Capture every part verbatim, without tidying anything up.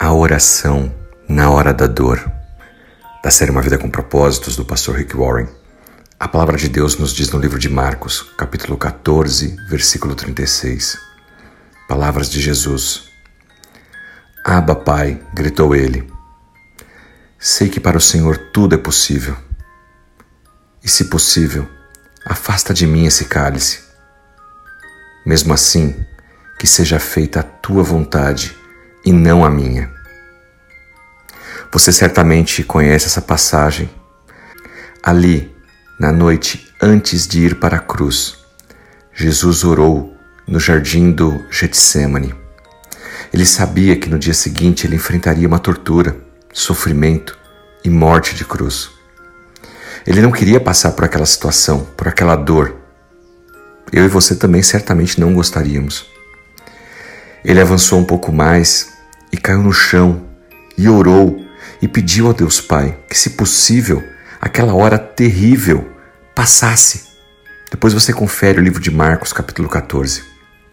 A oração na hora da dor. Da série Uma Vida com Propósitos, do pastor Rick Warren. A palavra de Deus nos diz no livro de Marcos, capítulo quatorze, versículo trinta e seis. Palavras de Jesus. Abba, Pai, gritou ele. Sei que para o Senhor tudo é possível. E se possível, afasta de mim esse cálice. Mesmo assim, que seja feita a tua vontade e não a minha. Você certamente conhece essa passagem. Ali, na noite antes de ir para a cruz, Jesus orou no jardim do Getsemane. Ele sabia que no dia seguinte ele enfrentaria uma tortura, sofrimento e morte de cruz. Ele não queria passar por aquela situação, por aquela dor. Eu e você também certamente não gostaríamos. Ele avançou um pouco mais e caiu no chão e orou e pediu ao Deus Pai que, se possível, aquela hora terrível passasse. Depois você confere o livro de Marcos, capítulo quatorze.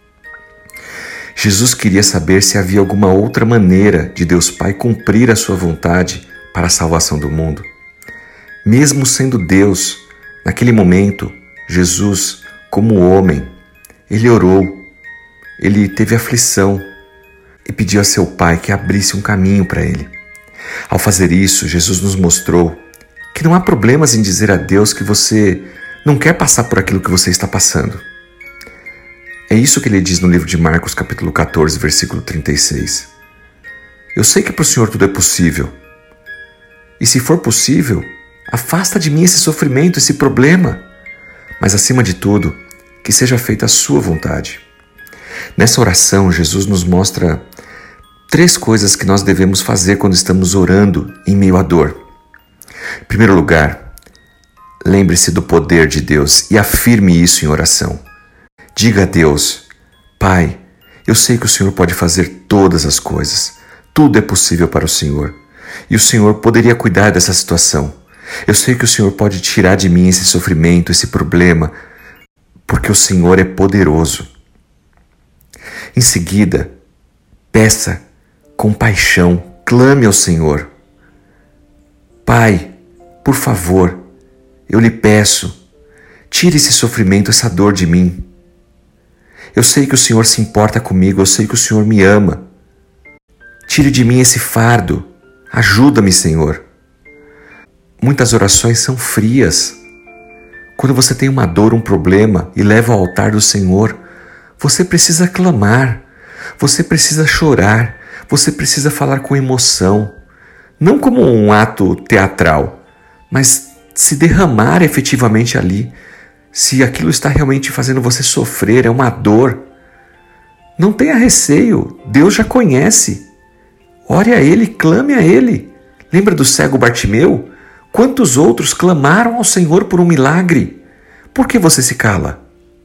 Jesus queria saber se havia alguma outra maneira de Deus Pai cumprir a sua vontade para a salvação do mundo. Mesmo sendo Deus, naquele momento, Jesus, como homem, ele orou, ele teve aflição e pediu a seu Pai que abrisse um caminho para ele. Ao fazer isso, Jesus nos mostrou que não há problemas em dizer a Deus que você não quer passar por aquilo que você está passando. É isso que ele diz no livro de Marcos, capítulo quatorze, versículo trinta e seis. Eu sei que para o Senhor tudo é possível. E se for possível, afasta de mim esse sofrimento, esse problema. Mas acima de tudo, que seja feita a sua vontade. Nessa oração, Jesus nos mostra três coisas que nós devemos fazer quando estamos orando em meio à dor. Em primeiro lugar, lembre-se do poder de Deus e afirme isso em oração. Diga a Deus, Pai, eu sei que o Senhor pode fazer todas as coisas. Tudo é possível para o Senhor. E o Senhor poderia cuidar dessa situação. Eu sei que o Senhor pode tirar de mim esse sofrimento, esse problema, porque o Senhor é poderoso. Em seguida, peça com paixão, clame ao Senhor. Pai, por favor, eu lhe peço, tire esse sofrimento, essa dor de mim. Eu sei que o Senhor se importa comigo, eu sei que o Senhor me ama. Tire de mim esse fardo, ajuda-me, Senhor. Muitas orações são frias. Quando você tem uma dor, um problema e leva ao altar do Senhor, você precisa clamar, você precisa chorar, você precisa falar com emoção, não como um ato teatral, mas se derramar efetivamente ali. Se aquilo está realmente fazendo você sofrer, é uma dor, não tenha receio, Deus já conhece. Ore a Ele, clame a Ele. Lembra do cego Bartimeu? Quantos outros clamaram ao Senhor por um milagre? Por que você se cala?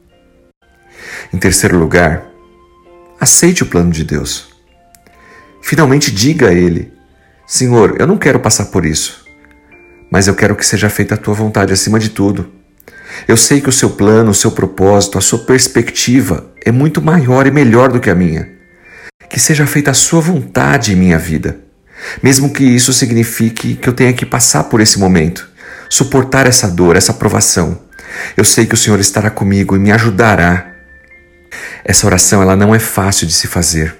Em terceiro lugar, aceite o plano de Deus. Finalmente diga a Ele, Senhor, eu não quero passar por isso, mas eu quero que seja feita a Tua vontade acima de tudo. Eu sei que o Seu plano, o Seu propósito, a Sua perspectiva é muito maior e melhor do que a minha. Que seja feita a Sua vontade em minha vida, mesmo que isso signifique que eu tenha que passar por esse momento, suportar essa dor, essa provação. Eu sei que o Senhor estará comigo e me ajudará. Essa oração ela não é fácil de se fazer,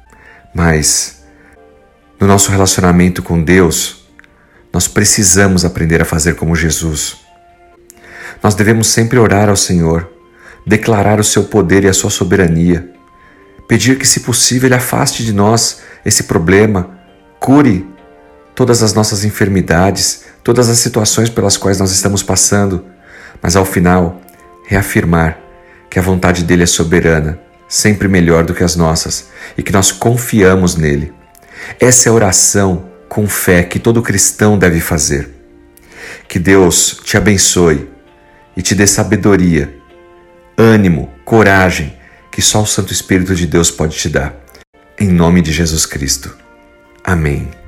mas no nosso relacionamento com Deus, nós precisamos aprender a fazer como Jesus. Nós devemos sempre orar ao Senhor, declarar o seu poder e a sua soberania, pedir que, se possível, Ele afaste de nós esse problema, cure todas as nossas enfermidades, todas as situações pelas quais nós estamos passando, mas ao final, reafirmar que a vontade dEle é soberana, sempre melhor do que as nossas, e que nós confiamos nele. Essa é a oração com fé que todo cristão deve fazer. Que Deus te abençoe e te dê sabedoria, ânimo, coragem, que só o Santo Espírito de Deus pode te dar. Em nome de Jesus Cristo. Amém.